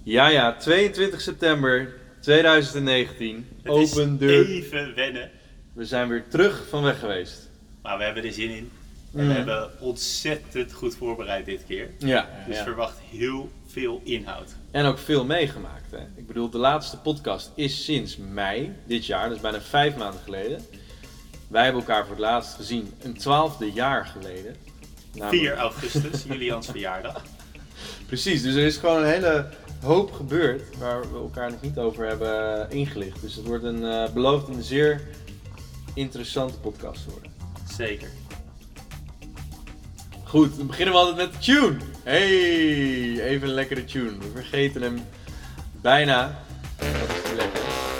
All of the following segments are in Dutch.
Ja, 22 september 2019. Open deur. Even wennen. We zijn weer terug van weg geweest. Maar we hebben er zin in. En we hebben ontzettend goed voorbereid dit keer. Ja. Dus verwacht heel veel inhoud. En ook veel meegemaakt. Hè? Ik bedoel, de laatste podcast is sinds mei dit jaar, dus bijna 5 maanden geleden. Wij hebben elkaar voor het laatst gezien een 12e jaar geleden. 4 augustus, Julians verjaardag. Precies, dus er is gewoon een hele hoop gebeurd waar we elkaar nog niet over hebben ingelicht. Dus het wordt belooft een zeer interessante podcast te worden. Zeker. Goed, dan beginnen we altijd met de tune. Hey, even een lekkere tune. We vergeten hem bijna. Dat is te lekker.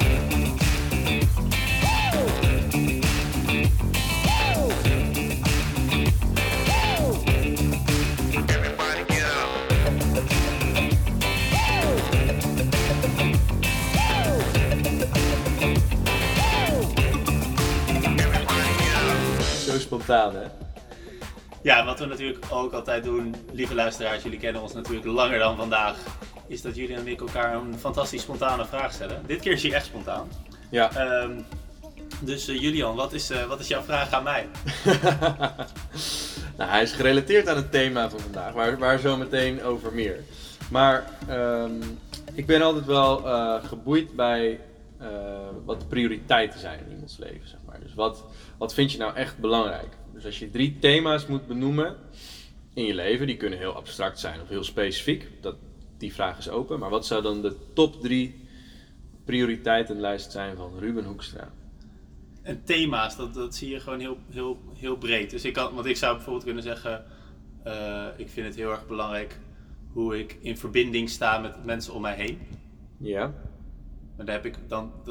Zo spontaan, hè? Ja, wat we natuurlijk ook altijd doen, lieve luisteraars, jullie kennen ons natuurlijk langer dan vandaag, is dat jullie en ik elkaar een fantastisch spontane vraag stellen. Dit keer is hij echt spontaan. Ja. Dus Julian, wat is jouw vraag aan mij? Nou, hij is gerelateerd aan het thema van vandaag, waar zo meteen over meer. Maar ik ben altijd wel geboeid bij wat de prioriteiten zijn in iemands leven, zeg maar. Dus wat vind je nou echt belangrijk? Dus als je 3 thema's moet benoemen in je leven, die kunnen heel abstract zijn of heel specifiek, die vraag is open. Maar wat zou dan de top 3 prioriteitenlijst zijn van Ruben Hoekstra? En thema's, dat zie je gewoon heel breed. Dus ik zou bijvoorbeeld kunnen zeggen, ik vind het heel erg belangrijk hoe ik in verbinding sta met mensen om mij heen. Ja. Maar daar heb ik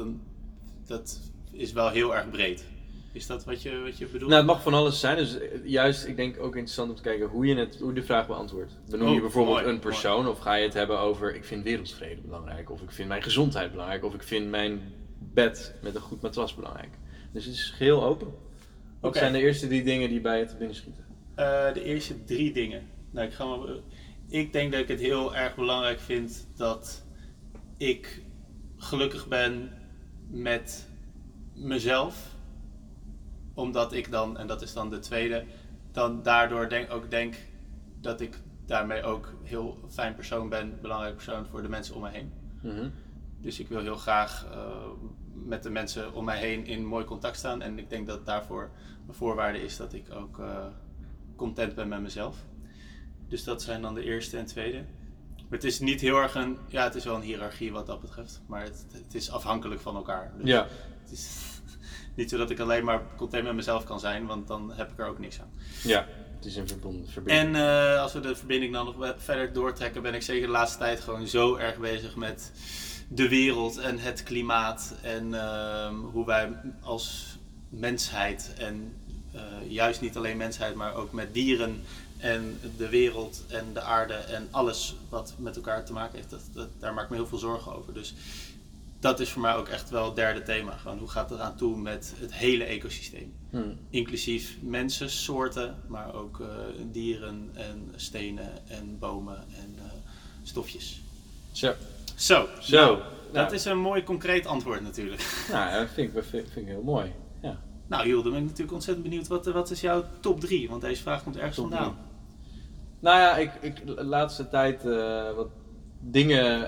dat is wel heel erg breed. Is dat wat je bedoelt? Nou, het mag van alles zijn. Dus juist, ik denk ook interessant om te kijken hoe je de vraag beantwoordt. Benoem je bijvoorbeeld een persoon of ga je het hebben over ik vind wereldvrede belangrijk, of ik vind mijn gezondheid belangrijk, of ik vind mijn bed met een goed matras belangrijk. Dus het is geheel open. Wat zijn de eerste 3 dingen die bij je te binnen schieten? De eerste 3 dingen. Nou, ik denk dat ik het heel erg belangrijk vind dat ik gelukkig ben met mezelf. Omdat ik dan, en dat is dan de tweede, dan daardoor denk dat ik daarmee ook heel fijn persoon ben, belangrijk persoon voor de mensen om mij heen. Mm-hmm. Dus ik wil heel graag met de mensen om mij heen in mooi contact staan. En ik denk dat daarvoor een voorwaarde is dat ik ook content ben met mezelf. Dus dat zijn dan de eerste en tweede. Maar het is niet heel erg het is wel een hiërarchie wat dat betreft. Maar het is afhankelijk van elkaar. Dus ja. Het is niet zo dat ik alleen maar content met mezelf kan zijn, want dan heb ik er ook niks aan. Ja, het is een verbinding. En als we de verbinding dan nog verder doortrekken, ben ik zeker de laatste tijd gewoon zo erg bezig met de wereld en het klimaat. En hoe wij als mensheid en juist niet alleen mensheid, maar ook met dieren en de wereld en de aarde en alles wat met elkaar te maken heeft, daar maak ik me heel veel zorgen over. Dus dat is voor mij ook echt wel het derde thema. Gewoon, hoe gaat het eraan toe met het hele ecosysteem? Inclusief mensen, soorten, maar ook dieren en stenen en bomen en stofjes. Zo. Nou, dat is een mooi concreet antwoord natuurlijk. Nou, dat vind ik heel mooi. Ja. Nou Jules, dan ben ik natuurlijk ontzettend benieuwd. Wat is jouw top 3? Want deze vraag komt ergens vandaan. Nou ja, ik de laatste tijd wat dingen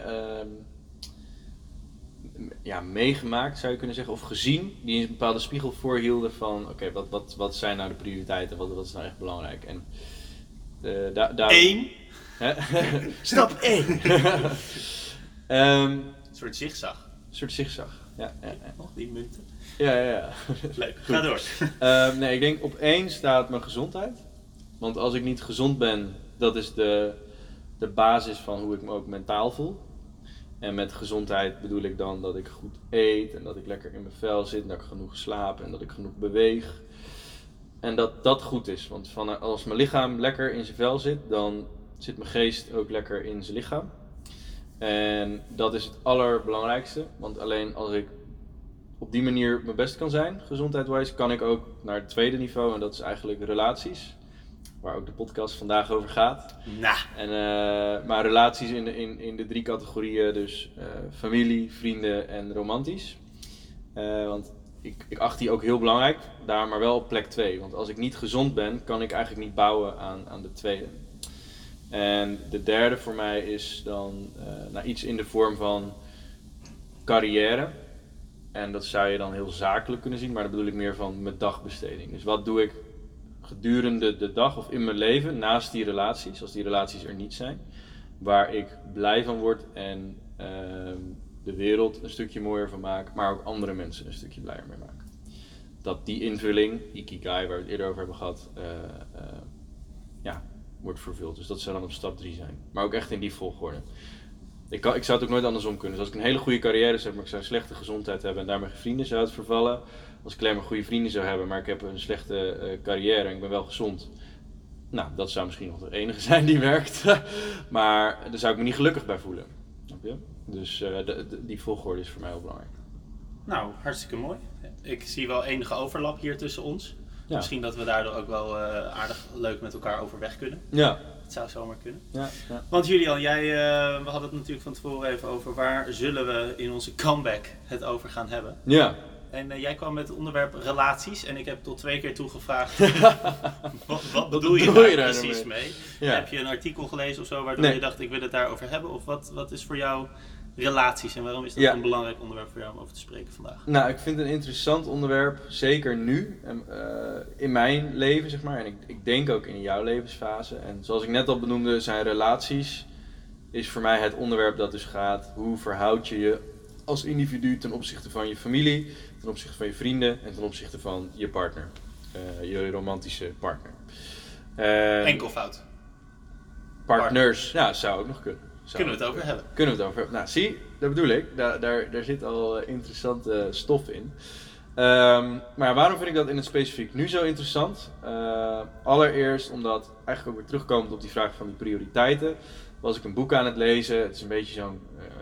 meegemaakt, zou je kunnen zeggen, of gezien, die een bepaalde spiegel voorhielden van oké, wat zijn nou de prioriteiten, wat is nou echt belangrijk. En daar 1. Stap 1. Een soort zigzag. Ja. Nog die munten. Ja. Leuk, ga door. Nee, ik denk op 1 staat mijn gezondheid. Want als ik niet gezond ben, dat is de basis van hoe ik me ook mentaal voel. En met gezondheid bedoel ik dan dat ik goed eet en dat ik lekker in mijn vel zit, dat ik genoeg slaap en dat ik genoeg beweeg. En dat goed is, want als mijn lichaam lekker in zijn vel zit, dan zit mijn geest ook lekker in zijn lichaam. En dat is het allerbelangrijkste, want alleen als ik op die manier mijn best kan zijn, gezondheidswijs, kan ik ook naar het tweede niveau en dat is eigenlijk relaties. waar ook de podcast vandaag over gaat. Nou, Maar relaties in de 3 categorieën, dus familie, vrienden en romantisch. Want ik acht die ook heel belangrijk, daar maar wel op plek 2. Want als ik niet gezond ben, kan ik eigenlijk niet bouwen aan de tweede. En de derde voor mij is dan iets in de vorm van carrière. En dat zou je dan heel zakelijk kunnen zien, maar dat bedoel ik meer van mijn dagbesteding. Dus wat doe ik gedurende de dag of in mijn leven naast die relaties, als die relaties er niet zijn, waar ik blij van word en de wereld een stukje mooier van maak, maar ook andere mensen een stukje blijer mee maken. Dat die invulling, Ikigai, waar we het eerder over hebben gehad, wordt vervuld. Dus dat zou dan op stap 3 zijn. Maar ook echt in die volgorde. Ik zou het ook nooit andersom kunnen. Dus als ik een hele goede carrière heb, maar ik zou een slechte gezondheid hebben en daarmee geen vrienden, zou het vervallen. Als ik alleen maar goede vrienden zou hebben, maar ik heb een slechte carrière en ik ben wel gezond. Nou, dat zou misschien nog de enige zijn die werkt. Maar daar zou ik me niet gelukkig bij voelen. Snap je? Dus die volgorde is voor mij heel belangrijk. nou, hartstikke mooi. Ik zie wel enige overlap hier tussen ons. Ja. Misschien dat we daardoor ook wel aardig leuk met elkaar overweg kunnen. Ja. Het zou zomaar kunnen. Ja. Want Julian, we hadden het natuurlijk van tevoren even over waar zullen we in onze comeback het over gaan hebben. Ja. En jij kwam met het onderwerp relaties en ik heb tot 2 keer toegevraagd, wat bedoel je daar precies mee? Ja. Heb je een artikel gelezen of zo waardoor je dacht ik wil het daarover hebben? Of wat is voor jou relaties en waarom is dat een belangrijk onderwerp voor jou om over te spreken vandaag? Nou, ik vind het een interessant onderwerp, zeker nu, in mijn leven zeg maar. En ik denk ook in jouw levensfase. En zoals ik net al benoemde, zijn relaties is voor mij het onderwerp dat dus gaat, hoe verhoud je je als individu ten opzichte van je familie, ten opzichte van je vrienden en ten opzichte van je partner, je romantische partner. Enkelvoud. Partners, ja, zou ook nog kunnen. Kunnen we het over hebben? Kunnen we het over hebben. Nou, zie, dat bedoel ik. Daar zit al interessante stof in. Maar waarom vind ik dat in het specifiek nu zo interessant? Allereerst omdat, eigenlijk ook weer terugkomend op die vraag van die prioriteiten, was ik een boek aan het lezen. Het is een beetje zo'n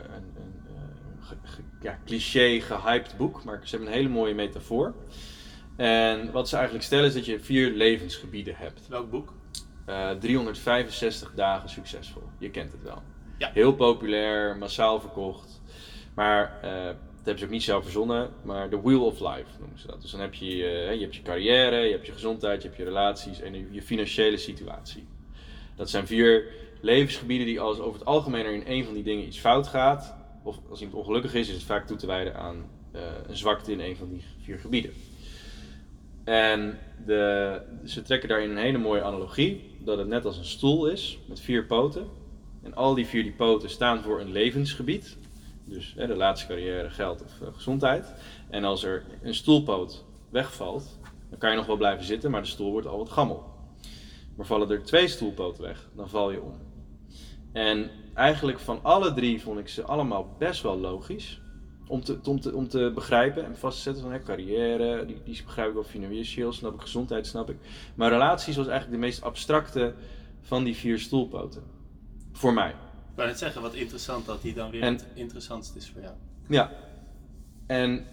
cliché, gehyped boek, maar ze hebben een hele mooie metafoor. En wat ze eigenlijk stellen is dat je 4 levensgebieden hebt. Welk boek? 365 dagen succesvol. Je kent het wel. Ja. Heel populair, massaal verkocht. Maar dat hebben ze ook niet zelf verzonnen, maar the wheel of life noemen ze dat. Dus dan heb je, je hebt je carrière, je hebt je gezondheid, je hebt je relaties en je financiële situatie. Dat zijn 4 levensgebieden die als over het algemeen er in een van die dingen iets fout gaat, of als iemand ongelukkig is het vaak toe te wijden aan een zwakte in een van die 4 gebieden. En ze trekken daarin een hele mooie analogie, dat het net als een stoel is met 4 poten. En al die 4 die poten staan voor een levensgebied. Dus relatie, carrière, geld of gezondheid. En als er een stoelpoot wegvalt, dan kan je nog wel blijven zitten, maar de stoel wordt al wat gammel. Maar vallen er 2 stoelpoten weg, dan val je om. En eigenlijk van alle 3 vond ik ze allemaal best wel logisch. Om te begrijpen en vast te zetten van carrière, die begrijp ik wel, financieel snap ik, gezondheid snap ik. Maar relaties was eigenlijk de meest abstracte van die 4 stoelpoten. Voor mij. Ik wou net zeggen, wat interessant dat die dan weer het interessantst is voor jou. Ja. En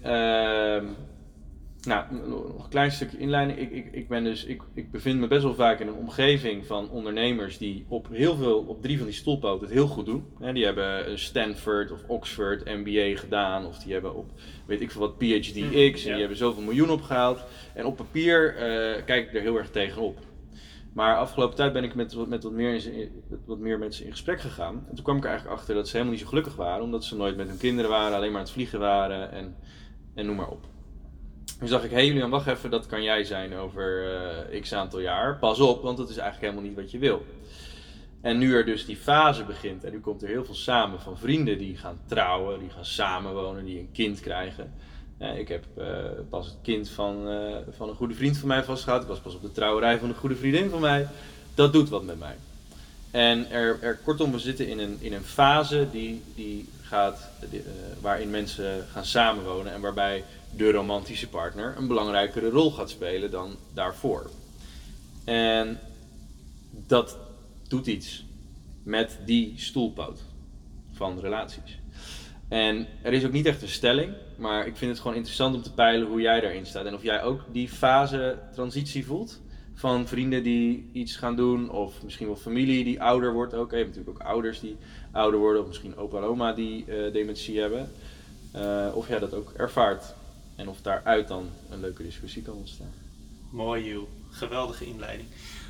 nog een klein stukje inleiding. Ik bevind me best wel vaak in een omgeving van ondernemers die op 3 van die stoelpoten het heel goed doen. Die hebben Stanford of Oxford MBA gedaan, of die hebben op weet ik veel wat PhD X en die hebben zoveel miljoen opgehaald. En op papier kijk ik er heel erg tegenop. Maar afgelopen tijd ben ik met wat meer mensen in gesprek gegaan. En toen kwam ik er eigenlijk achter dat ze helemaal niet zo gelukkig waren, omdat ze nooit met hun kinderen waren, alleen maar aan het vliegen waren en noem maar op. Dus dacht ik, Julian, wacht even, dat kan jij zijn over x aantal jaar. Pas op, want dat is eigenlijk helemaal niet wat je wil. En nu er dus die fase begint en nu komt er heel veel samen van vrienden die gaan trouwen, die gaan samenwonen, die een kind krijgen. Ik heb pas het kind van een goede vriend van mij vastgehouden. Ik was pas op de trouwerij van een goede vriendin van mij. Dat doet wat met mij. En kortom, we zitten in een fase die gaat, waarin mensen gaan samenwonen en waarbij de romantische partner een belangrijkere rol gaat spelen dan daarvoor. En dat doet iets met die stoelpoot van relaties. En er is ook niet echt een stelling, maar ik vind het gewoon interessant om te peilen hoe jij daarin staat. En of jij ook die fase transitie voelt van vrienden die iets gaan doen, of misschien wel familie die ouder wordt ook. Je hebt natuurlijk ook ouders die ouder worden, of misschien opa en oma die dementie hebben. Of jij dat ook ervaart en of daaruit dan een leuke discussie kan ontstaan. Mooi, Jules. Geweldige inleiding.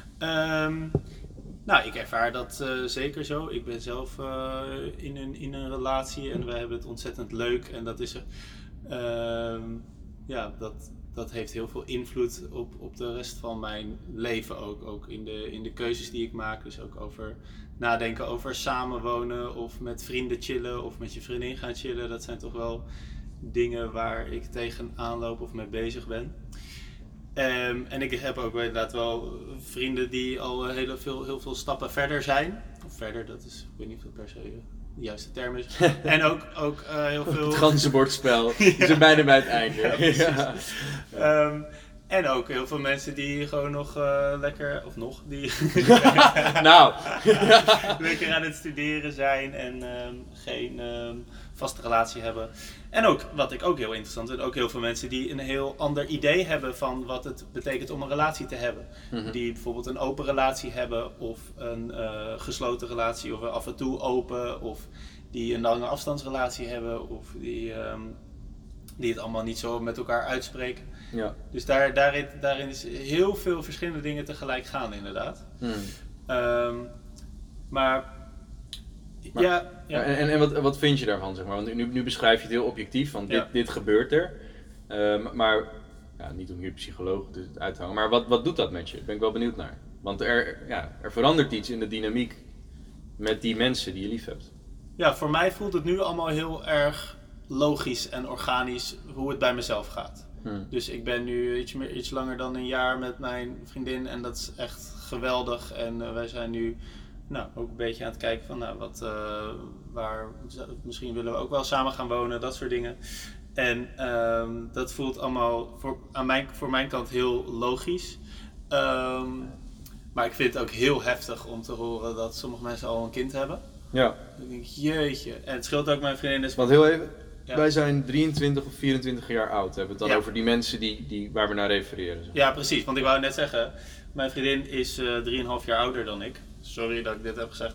Nou, ik ervaar dat zeker zo. Ik ben zelf in een relatie en we hebben het ontzettend leuk. En dat is dat heeft heel veel invloed op de rest van mijn leven ook. Ook in de keuzes die ik maak. Dus ook over nadenken over samenwonen of met vrienden chillen of met je vriendin gaan chillen. Dat zijn toch wel dingen waar ik tegenaan loop of mee bezig ben. En ik heb ook inderdaad wel vrienden die al heel veel stappen verder zijn. Of verder, dat is, ik weet niet of dat per se de juiste term is. En ook heel veel... Het ganzenbordspel, we zijn bijna bij het einde. Ja. En ook heel veel mensen die gewoon nog lekker, of nog, die Nou. lekker aan het studeren zijn en geen vaste relatie hebben. En ook, wat ik ook heel interessant vind, ook heel veel mensen die een heel ander idee hebben van wat het betekent om een relatie te hebben. Mm-hmm. Die bijvoorbeeld een open relatie hebben of een gesloten relatie of af en toe open. Of die een lange afstandsrelatie hebben of die het allemaal niet zo met elkaar uitspreken. Ja. Dus daarin is heel veel verschillende dingen tegelijk gaan inderdaad. Maar ja. En wat vind je daarvan, zeg maar? Want nu beschrijf je het heel objectief, van dit gebeurt er. Maar niet om hier psycholoog uit te hangen, maar wat doet dat met je? Daar ben ik wel benieuwd naar. Want er verandert iets in de dynamiek met die mensen die je lief hebt. Ja, voor mij voelt het nu allemaal heel erg logisch en organisch hoe het bij mezelf gaat. Dus ik ben nu iets langer dan een jaar met mijn vriendin en dat is echt geweldig. En wij zijn nu ook een beetje aan het kijken van misschien willen we ook wel samen gaan wonen, dat soort dingen. En dat voelt allemaal voor mijn kant heel logisch. Maar ik vind het ook heel heftig om te horen dat sommige mensen al een kind hebben. Ja. Dan denk ik, jeetje. En het scheelt ook mijn vriendin. Want heel even, wij zijn 23 of 24 jaar oud. Hebben we het dan over die mensen waar we naar refereren. Zeg. Ja, precies. Want ik wou net zeggen, mijn vriendin is 3,5 jaar ouder dan ik. Sorry dat ik dit heb gezegd.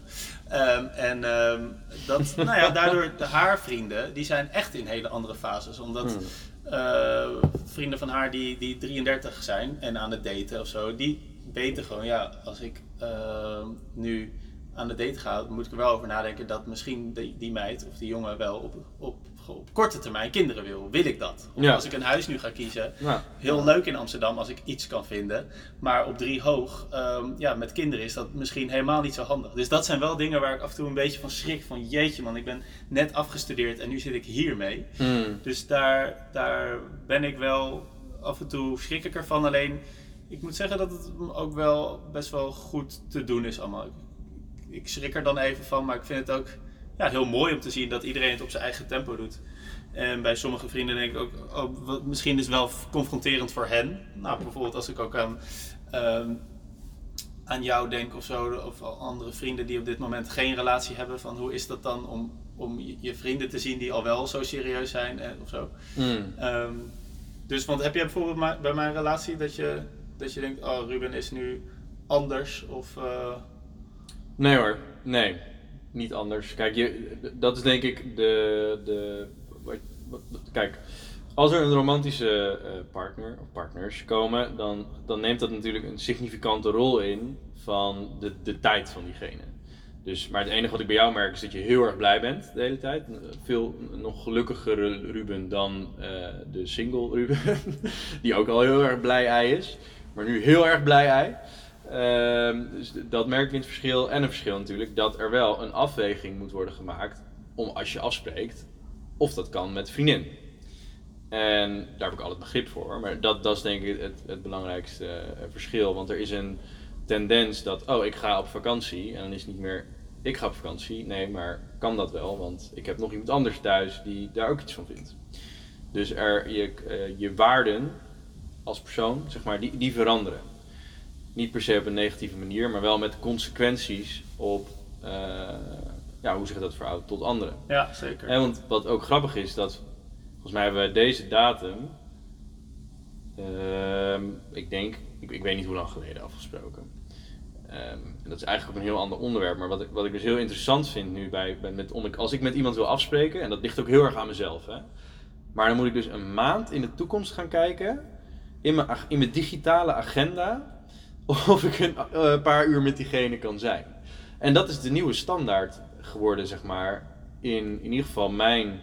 Daardoor haar vrienden, die zijn echt in hele andere fases. Omdat vrienden van haar die 33 zijn en aan het daten of zo, die weten gewoon, als ik nu aan de date ga, moet ik er wel over nadenken dat misschien die meid of die jongen wel op korte termijn kinderen wil. Wil ik dat? Of als ik een huis nu ga kiezen, heel leuk in Amsterdam als ik iets kan vinden, maar op 3 hoog, met kinderen is dat misschien helemaal niet zo handig. Dus dat zijn wel dingen waar ik af en toe een beetje van schrik, van jeetje man, ik ben net afgestudeerd en nu zit ik hiermee. Dus daar ben ik wel af en toe schrik ik ervan, alleen ik moet zeggen dat het ook wel best wel goed te doen is allemaal. Ik schrik er dan even van, maar ik vind het ook heel mooi om te zien dat iedereen het op zijn eigen tempo doet. En bij sommige vrienden denk ik ook, misschien is het wel confronterend voor hen. Nou, bijvoorbeeld als ik ook aan jou denk of zo, of andere vrienden die op dit moment geen relatie hebben, van hoe is dat dan om je vrienden te zien die al wel zo serieus zijn of zo. Dus, want heb jij bijvoorbeeld bij mijn relatie dat je denkt, oh Ruben is nu anders of... Nee hoor, nee, niet anders. Kijk, dat is denk ik kijk, als er een romantische partner of partners komen, dan neemt dat natuurlijk een significante rol in van de tijd van diegene. Dus, maar het enige wat ik bij jou merk is dat je heel erg blij bent de hele tijd. Veel nog gelukkiger Ruben dan de single Ruben, die ook al heel erg blij ei is, maar nu heel erg blij ei. Dus dat merk ik in het verschil. En een verschil natuurlijk dat er wel een afweging moet worden gemaakt om als je afspreekt of dat kan met vriendin. En daar heb ik altijd begrip voor. Maar dat is denk ik het belangrijkste verschil. Want er is een tendens dat ik ga op vakantie en dan is het niet meer ik ga op vakantie. Nee, maar kan dat wel, want ik heb nog iemand anders thuis die daar ook iets van vindt. Dus je waarden als persoon, zeg maar, die veranderen. Niet per se op een negatieve manier, maar wel met consequenties op, hoe zeg je dat, verhouden tot anderen. Ja, zeker. En want wat ook grappig is, dat volgens mij hebben we deze datum, ik denk ik weet niet hoe lang geleden afgesproken. En dat is eigenlijk ook een heel ander onderwerp. Maar wat ik dus heel interessant vind nu als ik met iemand wil afspreken, en dat ligt ook heel erg aan mezelf. Hè, maar dan moet ik dus een maand in de toekomst gaan kijken, in mijn digitale agenda, of ik een paar uur met diegene kan zijn. En dat is de nieuwe standaard geworden, zeg maar, in ieder geval mijn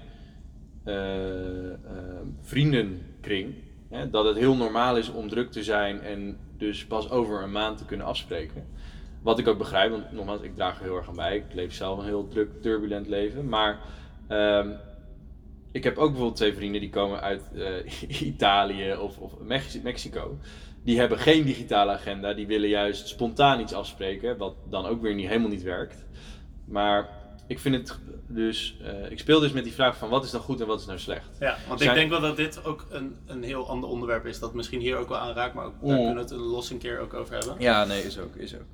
vriendenkring. Hè, dat het heel normaal is om druk te zijn en dus pas over een maand te kunnen afspreken. Wat ik ook begrijp, want nogmaals, ik draag er heel erg aan bij. Ik leef zelf een heel druk, turbulent leven. Maar ik heb ook bijvoorbeeld 2 vrienden die komen uit Italië of Mexico. Die hebben geen digitale agenda. Die willen juist spontaan iets afspreken. Wat dan ook weer helemaal niet werkt. Maar ik vind het dus... ik speel dus met die vraag van wat is dan goed en wat is nou slecht. Ja, want ik denk wel dat dit ook een heel ander onderwerp is. Dat misschien hier ook wel aanraakt. Maar ook, daar kunnen we het los een keer ook over hebben. Ja, nee, is ook.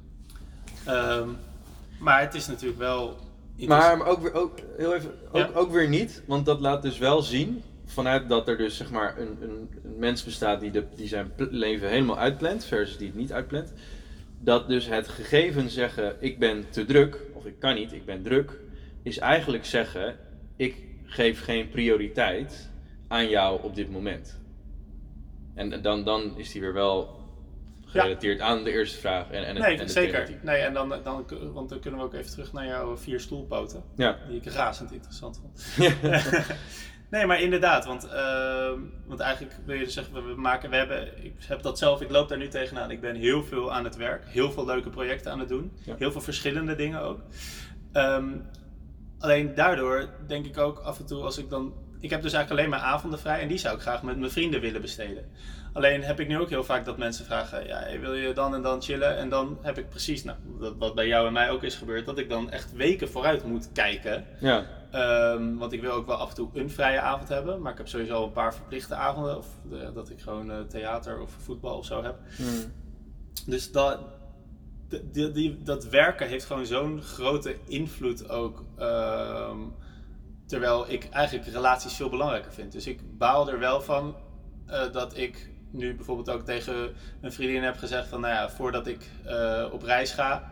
Maar het is natuurlijk wel... Maar ook weer niet, want dat laat dus wel zien, vanuit dat er dus zeg maar een mens bestaat die zijn leven helemaal uitplant, versus die het niet uitplant, dat dus het gegeven zeggen ik ben te druk, of ik kan niet, ik ben druk, is eigenlijk zeggen ik geef geen prioriteit aan jou op dit moment. En dan is die weer wel gerelateerd aan de eerste vraag en zeker. thematiek. Nee, en want dan kunnen we ook even terug naar jouw 4 stoelpoten. Ja. Die ik razend interessant vond. Nee, maar inderdaad, want eigenlijk wil je dus zeggen, ik heb dat zelf, ik loop daar nu tegenaan. Ik ben heel veel aan het werk, heel veel leuke projecten aan het doen. Ja. Heel veel verschillende dingen ook. Alleen daardoor denk ik ook af en toe ik heb dus eigenlijk alleen maar avonden vrij en die zou ik graag met mijn vrienden willen besteden. Alleen heb ik nu ook heel vaak dat mensen vragen, ja, wil je dan en dan chillen? En dan heb ik precies, wat bij jou en mij ook is gebeurd, dat ik dan echt weken vooruit moet kijken. Ja. Want ik wil ook wel af en toe een vrije avond hebben, maar ik heb sowieso een paar verplichte avonden. Of dat ik gewoon theater of voetbal of zo heb. Dus dat werken heeft gewoon zo'n grote invloed ook. Terwijl ik eigenlijk relaties veel belangrijker vind. Dus ik baal er wel van dat ik nu bijvoorbeeld ook tegen een vriendin heb gezegd van, nou ja, voordat ik op reis ga,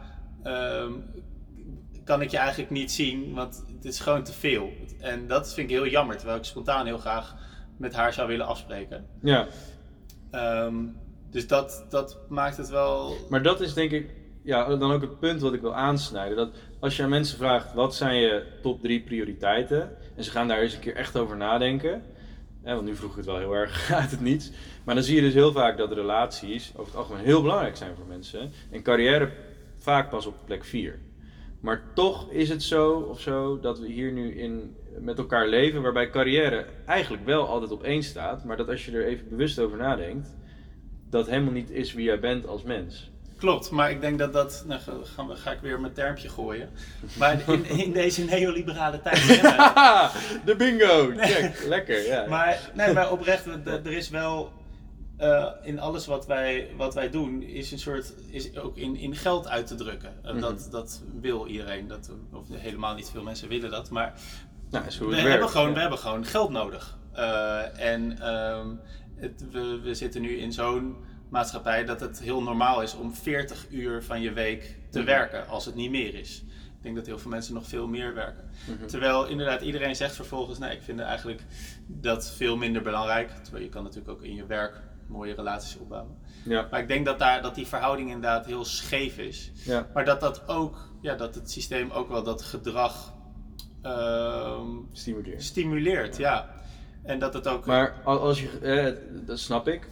kan ik je eigenlijk niet zien, want het is gewoon te veel. En dat vind ik heel jammer, terwijl ik spontaan heel graag met haar zou willen afspreken. Ja. Dus dat maakt het wel... Maar dat is denk ik dan ook het punt wat ik wil aansnijden. Dat als je aan mensen vraagt, wat zijn je top 3 prioriteiten? En ze gaan daar eens een keer echt over nadenken. Want nu vroeg ik het wel heel erg uit het niets. Maar dan zie je dus heel vaak dat relaties over het algemeen heel belangrijk zijn voor mensen. En carrière vaak pas op plek 4. Maar toch is het zo dat we hier nu met elkaar leven, waarbij carrière eigenlijk wel altijd op 1 staat. Maar dat als je er even bewust over nadenkt, dat helemaal niet is wie jij bent als mens. Klopt, maar ik denk dat ga ik weer mijn termpje gooien. Maar in deze neoliberale tijd... De bingo! Check, lekker, ja. Maar oprecht, er is wel... in alles wat wij doen, is ook in geld uit te drukken. Dat wil iedereen. Of helemaal niet veel mensen willen dat, maar... we hebben gewoon geld nodig. We zitten nu in zo'n maatschappij dat het heel normaal is om 40 uur van je week te werken, als het niet meer is. Ik denk dat heel veel mensen nog veel meer werken. Terwijl inderdaad iedereen zegt vervolgens, nee, ik vind eigenlijk dat veel minder belangrijk. Terwijl je kan natuurlijk ook in je werk mooie relaties opbouwen. Ja. Maar ik denk dat die verhouding inderdaad heel scheef is. Ja. Maar dat het systeem ook wel dat gedrag stimuleert. Ja. En dat het ook... Maar als je... dat snap ik.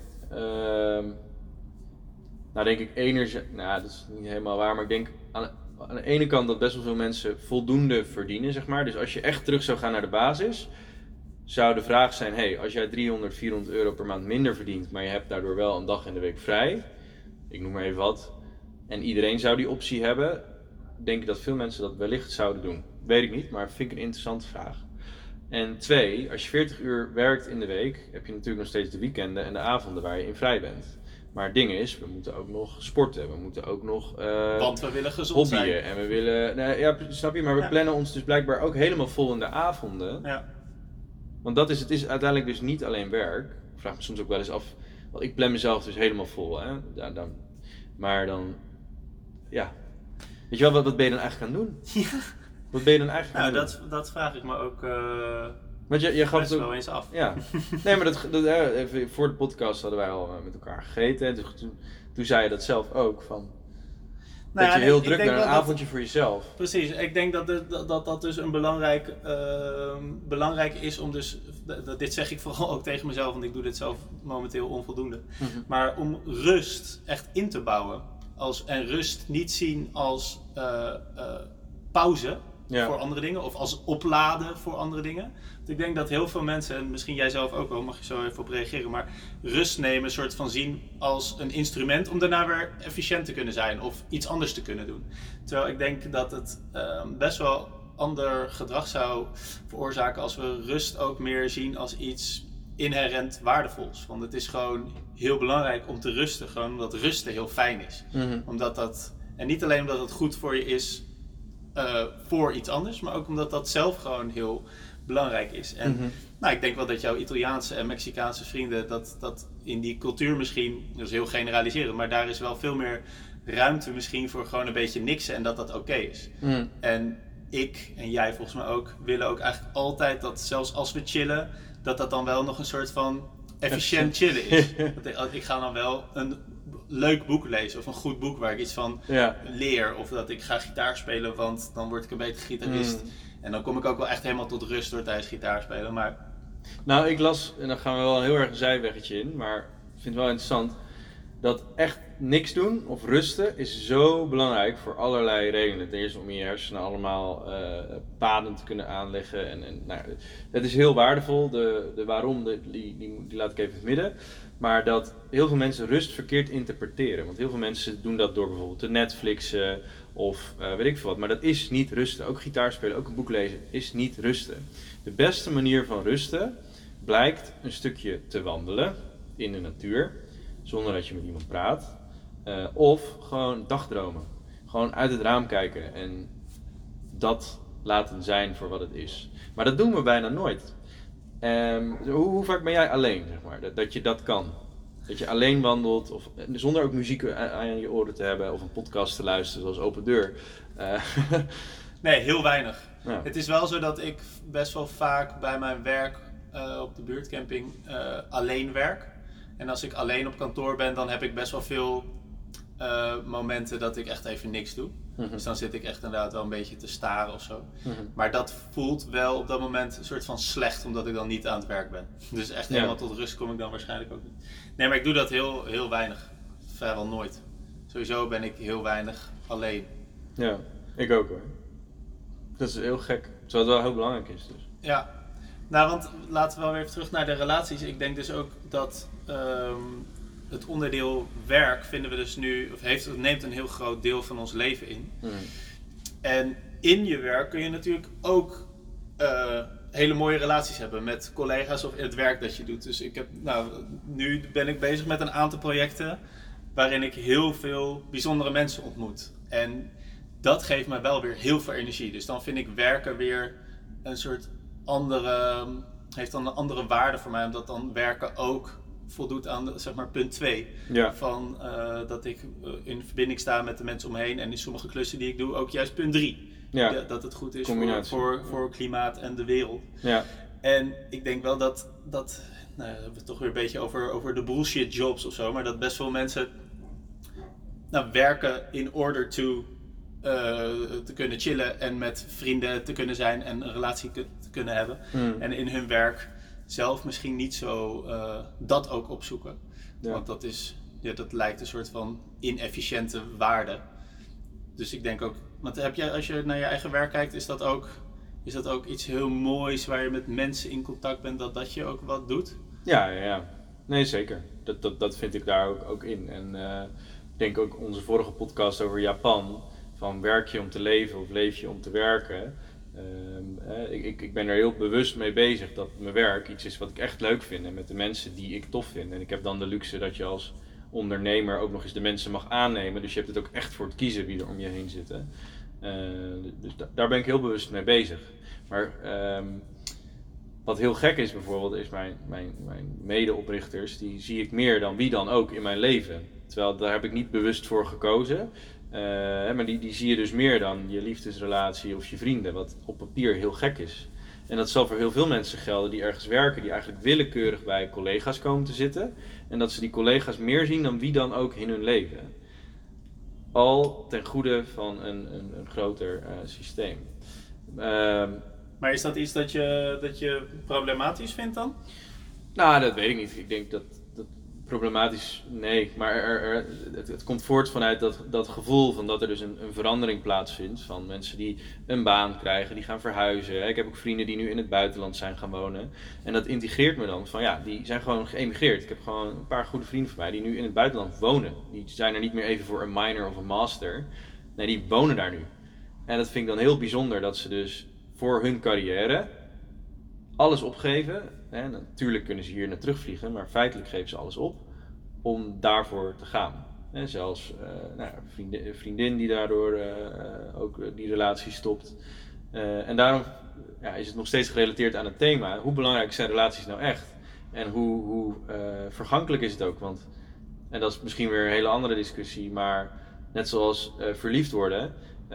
Denk ik enerzijds... dat is niet helemaal waar, maar ik denk aan de ene kant dat best wel veel mensen voldoende verdienen, zeg maar. Dus als je echt terug zou gaan naar de basis, zou de vraag zijn, als jij 300, 400 euro per maand minder verdient, maar je hebt daardoor wel een dag in de week vrij, ik noem maar even wat, en iedereen zou die optie hebben, denk ik dat veel mensen dat wellicht zouden doen. Weet ik niet, maar vind ik een interessante vraag. En 2, als je 40 uur werkt in de week, heb je natuurlijk nog steeds de weekenden en de avonden waar je in vrij bent. Maar het ding is, we moeten ook nog sporten, we moeten ook nog want we willen gezond hobbyen zijn. En we willen, snap je, maar we plannen ons dus blijkbaar ook helemaal vol in de avonden. Ja. Want het is uiteindelijk dus niet alleen werk. Ik vraag me soms ook wel eens af, Want ik plan mezelf dus helemaal vol. Hè? Maar dan, ja. Weet je wel, wat ben je dan eigenlijk aan het doen? Ja. Wat ben je dan eigenlijk aan het doen? Dat vraag ik me ook Want je gaf best het ook, wel eens af. ja. Nee, maar even voor de podcast hadden wij al met elkaar gegeten. En toen zei je dat zelf ook. Dat je heel druk bent, een avondje voor jezelf. Precies, ik denk dat dus een belangrijk is om dus, dit zeg ik vooral ook tegen mezelf, want ik doe dit zelf momenteel onvoldoende. Mhm. Maar om rust echt in te bouwen. En rust niet zien als pauze voor andere dingen of als opladen voor andere dingen. Want ik denk dat heel veel mensen, en misschien jij zelf ook wel, mag je zo even op reageren, maar rust nemen een soort van zien als een instrument om daarna weer efficiënt te kunnen zijn of iets anders te kunnen doen. Terwijl ik denk dat het best wel ander gedrag zou veroorzaken als we rust ook meer zien als iets inherent waardevols. Want het is gewoon heel belangrijk om te rusten, gewoon omdat rusten heel fijn is. Mhm. En niet alleen omdat het goed voor je is voor iets anders, maar ook omdat dat zelf gewoon heel belangrijk is. En ik denk wel dat jouw Italiaanse en Mexicaanse vrienden, dat in die cultuur misschien, dat is heel generaliserend, maar daar is wel veel meer ruimte misschien voor gewoon een beetje niksen en dat oké is. En ik en jij volgens mij ook willen ook eigenlijk altijd dat zelfs als we chillen, dat dan wel nog een soort van efficiënt chillen is. Ik ga dan wel een leuk boek lezen of een goed boek waar ik iets van leer. Of dat ik ga gitaar spelen, want dan word ik een beter gitarist. En dan kom ik ook wel echt helemaal tot rust door tijdens gitaar spelen. Maar... Nou, ik las, en dan gaan we wel een heel erg een zijweggetje in, maar ik vind het wel interessant, dat echt niks doen of rusten is zo belangrijk voor allerlei redenen. Ten eerste om in je hersenen allemaal paden te kunnen aanleggen. Het is heel waardevol. De waarom, die laat ik even in het midden. Maar dat heel veel mensen rust verkeerd interpreteren. Want heel veel mensen doen dat door bijvoorbeeld te Netflixen of weet ik veel wat. Maar dat is niet rusten. Ook gitaar spelen, ook een boek lezen is niet rusten. De beste manier van rusten blijkt een stukje te wandelen in de natuur. Zonder dat je met iemand praat. Of gewoon dagdromen. Gewoon uit het raam kijken en dat laten zijn voor wat het is. Maar dat doen we bijna nooit. Hoe vaak ben jij alleen, zeg maar? Dat je dat kan. Dat je alleen wandelt, of zonder ook muziek aan je oren te hebben, of een podcast te luisteren, zoals Open Deur. Nee, heel weinig. Ja. Het is wel zo dat ik best wel vaak bij mijn werk op de buurtcamping alleen werk. En als ik alleen op kantoor ben, dan heb ik best wel veel momenten dat ik echt even niks doe. Dus dan zit ik echt inderdaad wel een beetje te staren of zo. Maar dat voelt wel op dat moment een soort van slecht, omdat ik dan niet aan het werk ben. Dus echt helemaal tot rust kom ik dan waarschijnlijk ook niet. Nee, maar ik doe dat heel, heel weinig. Vrijwel nooit. Sowieso ben ik heel weinig alleen. Ja, ik ook hoor. Dat is heel gek. Terwijl het wel heel belangrijk is dus. Ja. Nou, want laten we wel weer even terug naar de relaties. Ik denk dus ook dat het onderdeel werk vinden we dus nu, neemt een heel groot deel van ons leven in. En in je werk kun je natuurlijk ook hele mooie relaties hebben met collega's of het werk dat je doet. Dus nu ben ik bezig met een aantal projecten waarin ik heel veel bijzondere mensen ontmoet. En dat geeft mij wel weer heel veel energie. Dus dan vind ik werken weer een soort heeft dan een andere waarde voor mij, omdat dan werken ook voldoet aan zeg maar punt 2. Ja. Van dat ik in verbinding sta met de mensen om me heen en in sommige klussen die ik doe ook juist punt 3. Ja. Dat het goed is voor klimaat en de wereld. Ja. En ik denk wel dat we hebben het toch weer een beetje over de bullshit jobs of zo, maar dat best veel mensen werken in order te kunnen chillen en met vrienden te kunnen zijn en een relatie te kunnen hebben. En in hun werk zelf misschien niet zo dat ook opzoeken. Ja. Want dat lijkt een soort van inefficiënte waarde. Dus ik denk ook, want als je naar je eigen werk kijkt, is dat ook iets heel moois waar je met mensen in contact bent, dat je ook wat doet? Ja. Nee, zeker. Dat vind ik daar ook in. En ik denk ook onze vorige podcast over Japan, van werk je om te leven of leef je om te werken. Ik ben er heel bewust mee bezig dat mijn werk iets is wat ik echt leuk vind en met de mensen die ik tof vind. En ik heb dan de luxe dat je als ondernemer ook nog eens de mensen mag aannemen. Dus je hebt het ook echt voor het kiezen wie er om je heen zitten. Dus daar ben ik heel bewust mee bezig. Maar Wat heel gek is bijvoorbeeld, is mijn medeoprichters, die zie ik meer dan wie dan ook in mijn leven. Terwijl daar heb ik niet bewust voor gekozen. Maar die zie je dus meer dan je liefdesrelatie of je vrienden, wat op papier heel gek is. En dat zal voor heel veel mensen gelden die ergens werken, die eigenlijk willekeurig bij collega's komen te zitten. En dat ze die collega's meer zien dan wie dan ook in hun leven. Al ten goede van een groter systeem. Maar is dat iets dat je problematisch vindt dan? Nou, dat weet ik niet. Ik denk dat problematisch, nee. Maar het komt voort vanuit dat gevoel van dat er dus een verandering plaatsvindt. Van mensen die een baan krijgen, die gaan verhuizen. Ik heb ook vrienden die nu in het buitenland zijn gaan wonen. En dat integreert me dan. Van ja, die zijn gewoon geëmigreerd. Ik heb gewoon een paar goede vrienden van mij die nu in het buitenland wonen. Die zijn er niet meer even voor een minor of een master. Nee, die wonen daar nu. En dat vind ik dan heel bijzonder dat ze dus voor hun carrière alles opgeven. Natuurlijk kunnen ze hier naar terugvliegen, maar feitelijk geven ze alles op om daarvoor te gaan. En zelfs een vriendin die daardoor ook die relatie stopt. En daarom is het nog steeds gerelateerd aan het thema. Hoe belangrijk zijn relaties nou echt? En hoe vergankelijk is het ook? Want, en dat is misschien weer een hele andere discussie, maar net zoals verliefd worden.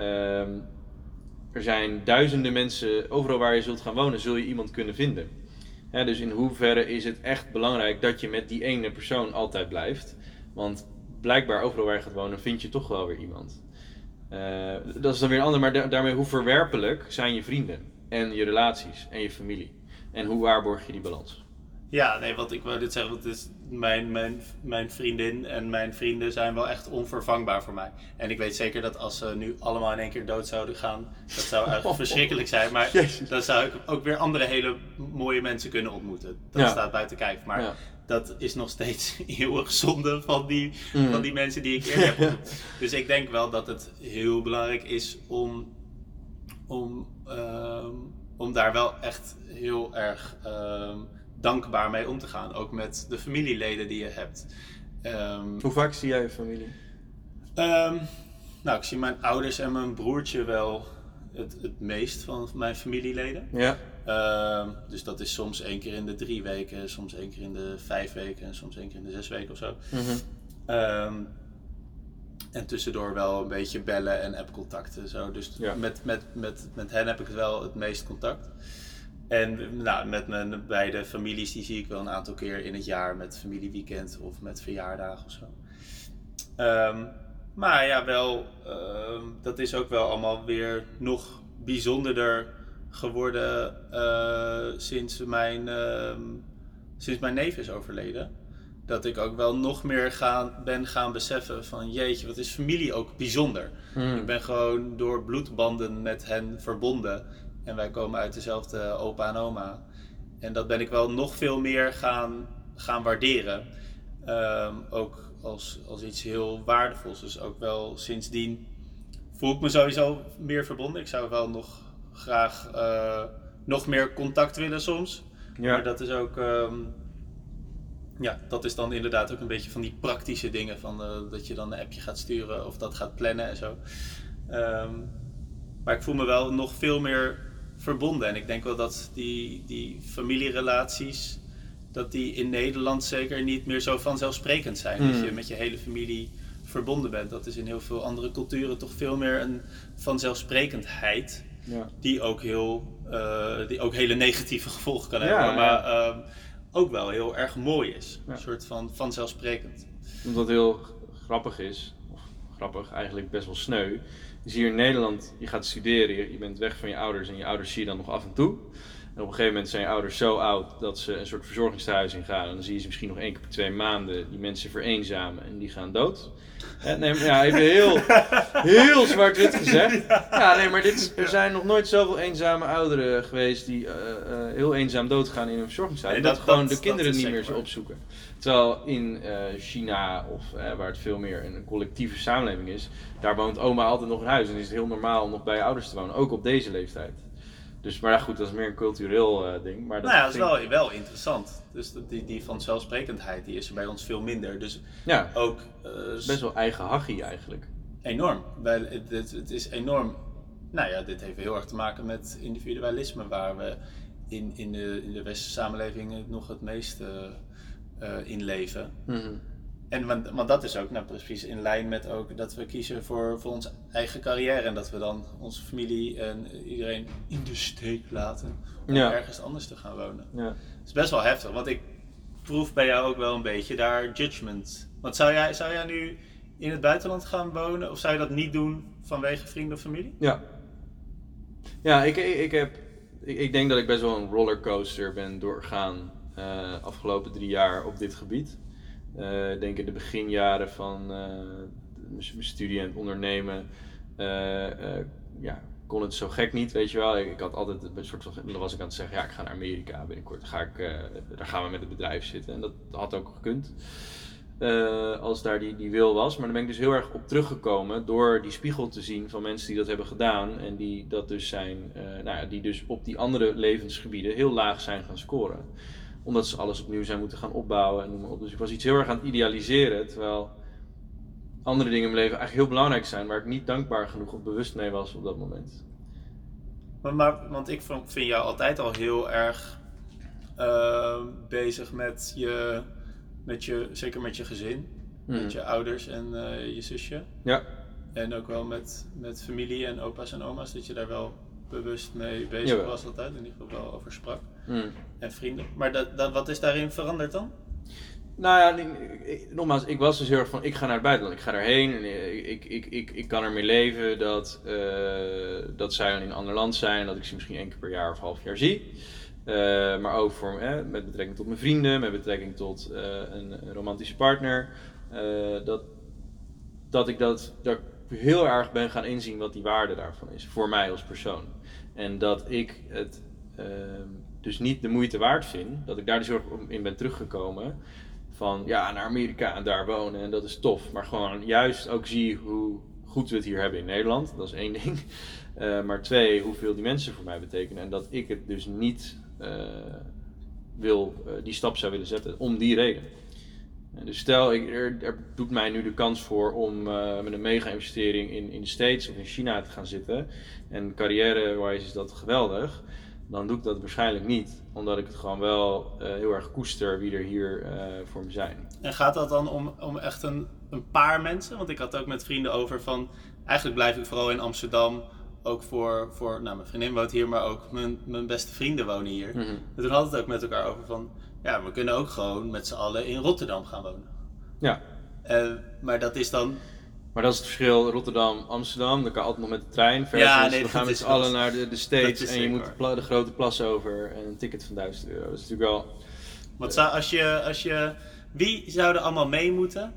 Er zijn duizenden mensen, overal waar je zult gaan wonen, zul je iemand kunnen vinden. Dus in hoeverre is het echt belangrijk dat je met die ene persoon altijd blijft? Want blijkbaar overal waar je gaat wonen vind je toch wel weer iemand. Dat is dan weer een ander, maar daarmee hoe verwerpelijk zijn je vrienden en je relaties en je familie? En hoe waarborg je die balans? Ja, nee, wat ik wou dit zeggen, want het is mijn vriendin en mijn vrienden zijn wel echt onvervangbaar voor mij. En ik weet zeker dat als ze nu allemaal in één keer dood zouden gaan, dat zou eigenlijk verschrikkelijk zijn. Maar dan zou ik ook weer andere hele mooie mensen kunnen ontmoeten. Dat staat buiten kijf. Maar dat is nog steeds eeuwig zonde van die mensen die ik eerder heb ontmoet. Dus ik denk wel dat het heel belangrijk is om daar wel echt heel erg dankbaar mee om te gaan. Ook met de familieleden die je hebt. Hoe vaak zie jij je familie? Ik zie mijn ouders en mijn broertje wel het meest van mijn familieleden. Ja. Dus dat is soms 1 keer in de 3 weken, soms 1 keer in de 5 weken en soms 1 keer in de 6 weken of zo. Mm-hmm. En tussendoor wel een beetje bellen en appcontacten. Zo. Dus met hen heb ik wel het meest contact. En met mijn beide families, die zie ik wel een aantal keer in het jaar met familieweekend of met verjaardagen of zo. Maar ja, dat is ook wel allemaal weer nog bijzonderder geworden sinds mijn neef is overleden. Dat ik ook wel nog meer ben gaan beseffen van jeetje, wat is familie ook bijzonder. Ik ben gewoon door bloedbanden met hen verbonden. En wij komen uit dezelfde opa en oma. En dat ben ik wel nog veel meer gaan waarderen. Ook als iets heel waardevols. Dus ook wel sindsdien voel ik me sowieso meer verbonden. Ik zou wel nog graag nog meer contact willen soms. Ja. Maar dat is ook... dat is dan inderdaad ook een beetje van die praktische dingen. Van, dat je dan een appje gaat sturen of dat gaat plannen en zo. Maar ik voel me wel nog veel meer verbonden. En ik denk wel dat die familierelaties, dat die in Nederland zeker niet meer zo vanzelfsprekend zijn. Dat je met je hele familie verbonden bent. Dat is in heel veel andere culturen toch veel meer een vanzelfsprekendheid. Ja. Die ook hele negatieve gevolgen kan hebben. Maar ook wel heel erg mooi is. Ja. Een soort van vanzelfsprekend. Omdat het heel grappig is, of grappig, eigenlijk best wel sneu. Dus hier in Nederland, je gaat studeren, je bent weg van je ouders en je ouders zie je dan nog af en toe. En op een gegeven moment zijn je ouders zo oud dat ze een soort verzorgingstehuis ingaan. En dan zie je ze misschien nog 1 keer per 2 maanden die mensen vereenzamen en die gaan dood. Even heel zwart-wit gezegd. Ja, nee, maar er zijn nog nooit zoveel eenzame ouderen geweest die heel eenzaam doodgaan in een verzorgingshuis. Nee, dat gewoon de kinderen niet meer zo opzoeken. Terwijl in China, of waar het veel meer een collectieve samenleving is, daar woont oma altijd nog in huis. En is het heel normaal om nog bij je ouders te wonen, ook op deze leeftijd. Dus, maar ja, goed, dat is meer een cultureel ding. Maar dat is wel interessant. Dus die vanzelfsprekendheid, die is er bij ons veel minder. Dus ja, ook... best wel eigen hachie eigenlijk. Enorm. Het is enorm... dit heeft heel erg te maken met individualisme, waar we in de westerse samenleving nog het meest in leven. Mm-hmm. En want dat is ook precies in lijn met ook dat we kiezen voor onze eigen carrière. En dat we dan onze familie en iedereen in de steek laten om ergens anders te gaan wonen. Ja. Het is best wel heftig, want ik proef bij jou ook wel een beetje daar judgment. Want zou jij nu in het buitenland gaan wonen of zou je dat niet doen vanwege vrienden of familie? Ja. Ja, ik denk dat ik best wel een rollercoaster ben doorgegaan afgelopen 3 jaar op dit gebied. Ik denk in de beginjaren van mijn studie en het ondernemen kon het zo gek niet, weet je wel. Ik had altijd een soort van, dan was ik aan het zeggen, ik ga naar Amerika binnenkort, daar gaan we met het bedrijf zitten. En dat had ook gekund, als daar die wil was. Maar dan ben ik dus heel erg op teruggekomen door die spiegel te zien van mensen die dat hebben gedaan. En die dat dus zijn, die dus op die andere levensgebieden heel laag zijn gaan scoren. Omdat ze alles opnieuw zijn moeten gaan opbouwen en noem maar op. Dus ik was iets heel erg aan het idealiseren, terwijl andere dingen in mijn leven eigenlijk heel belangrijk zijn, waar ik niet dankbaar genoeg of bewust mee was op dat moment. Want ik vind jou altijd al heel erg bezig met je, zeker met je gezin, met je ouders en je zusje. Ja. En ook wel met familie en opa's en oma's, dat je daar wel bewust mee bezig was altijd, in ieder geval wel over sprak. En vrienden. Maar wat is daarin veranderd dan? Nou ja, nogmaals, ik was dus heel erg van, ik ga naar het buitenland, ik ga daarheen en ik kan ermee leven dat zij dan in een ander land zijn, dat ik ze misschien 1 keer per jaar of half jaar zie. Maar ook met betrekking tot mijn vrienden, met betrekking tot een romantische partner. Dat ik heel erg ben gaan inzien wat die waarde daarvan is, voor mij als persoon. En dat ik het dus niet de moeite waard vind, dat ik daar dus heel erg in ben teruggekomen. Van naar Amerika en daar wonen en dat is tof. Maar gewoon juist ook zie hoe goed we het hier hebben in Nederland. Dat is 1 ding. Maar 2, hoeveel die mensen voor mij betekenen. En dat ik het dus niet die stap zou willen zetten om die reden. Dus stel, er doet mij nu de kans voor om met een mega investering in de States of in China te gaan zitten. En carrière-wise is dat geweldig. Dan doe ik dat waarschijnlijk niet, omdat ik het gewoon wel heel erg koester wie er hier voor me zijn. En gaat dat dan om echt een paar mensen? Want ik had ook met vrienden over van, eigenlijk blijf ik vooral in Amsterdam, ook voor mijn vriendin woont hier, maar ook mijn beste vrienden wonen hier. Mm-hmm. En toen hadden we het ook met elkaar over van, we kunnen ook gewoon met z'n allen in Rotterdam gaan wonen. Ja. Maar dat is dan... Maar dat is het verschil Rotterdam-Amsterdam. Dan kan altijd nog met de trein versus we gaan met z'n allen naar de States en je moet de grote plas over en een ticket van €1000. Dat is natuurlijk wel... Want als je wie zou er allemaal mee moeten?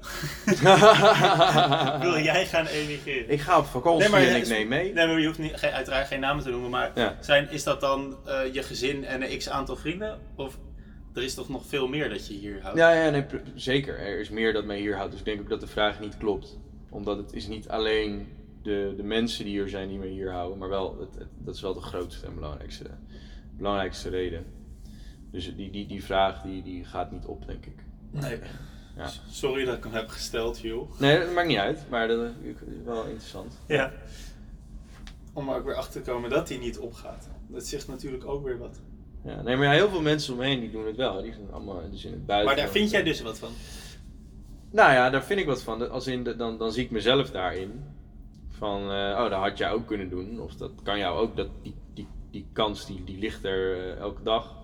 Wil jij gaan emigreren? Ik ga op vakantie en ik neem mee. Nee, maar je hoeft uiteraard geen namen te noemen, maar is dat dan je gezin en een x-aantal vrienden? Of er is toch nog veel meer dat je hier houdt? Ja, nee, zeker. Er is meer dat mij hier houdt. Dus ik denk ook dat de vraag niet klopt. Omdat het is niet alleen de mensen die hier zijn die me hier houden, maar wel, dat is wel de grootste en belangrijkste reden. Dus die vraag die gaat niet op, denk ik. Nee. Ja. Sorry dat ik hem heb gesteld, joh. Nee, dat maakt niet uit, maar dat is wel interessant. Ja. Om er ook weer achter te komen dat hij niet opgaat. Dat zegt natuurlijk ook weer wat. Ja, nee, maar heel veel mensen omheen die doen het wel. Die zijn allemaal dus in het buitenland. Maar daar vind jij dus wat van? Nou ja, daar vind ik wat van. Dan zie ik mezelf daarin. Van, dat had jij ook kunnen doen. Of dat kan jou ook. Die kans die ligt er elke dag.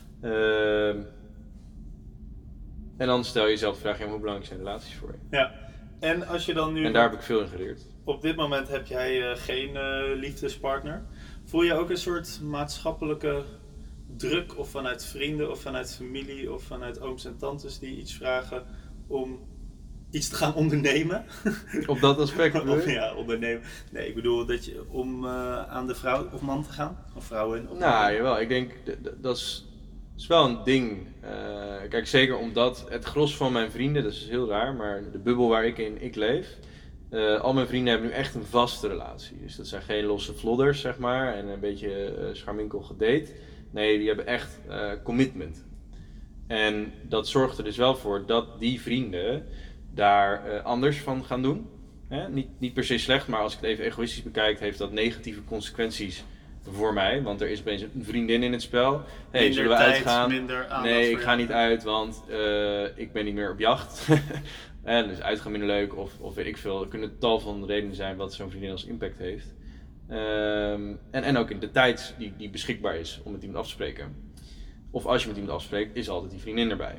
En dan stel je jezelf de vraag, hoe belangrijk zijn relaties voor je? Ja. En als je dan nu... En daar heb ik veel in geleerd. Op dit moment heb jij geen liefdespartner. Voel je ook een soort maatschappelijke druk, of vanuit vrienden, of vanuit familie, of vanuit ooms en tantes die iets vragen om iets te gaan ondernemen? Op dat aspect bedoel je? Ja, ondernemen. Nee, ik bedoel dat je om aan de vrouw of man te gaan? Of vrouwen? Nou, jawel. Ik denk dat is wel een ding. Kijk, zeker omdat het gros van mijn vrienden, dat is heel raar, maar de bubbel waar ik leef, al mijn vrienden hebben nu echt een vaste relatie. Dus dat zijn geen losse vlodders, zeg maar, en een beetje scharminkel gedate. Nee, die hebben echt commitment. En dat zorgt er dus wel voor dat die vrienden daar anders van gaan doen. Niet per se slecht, maar als ik het even egoïstisch bekijk, heeft dat negatieve consequenties voor mij, want er is opeens een vriendin in het spel. Hey, Minder zullen we tijd, uitgaan? minder aandacht Nee, voor ik ga jou. niet uit, want ik ben niet meer op jacht. En dus uitgaan minder leuk of weet ik veel. Er kunnen tal van redenen zijn wat zo'n vriendin als impact heeft. En ook in de tijd die beschikbaar is om met iemand af te spreken. Of als je met iemand afspreekt, is altijd die vriendin erbij.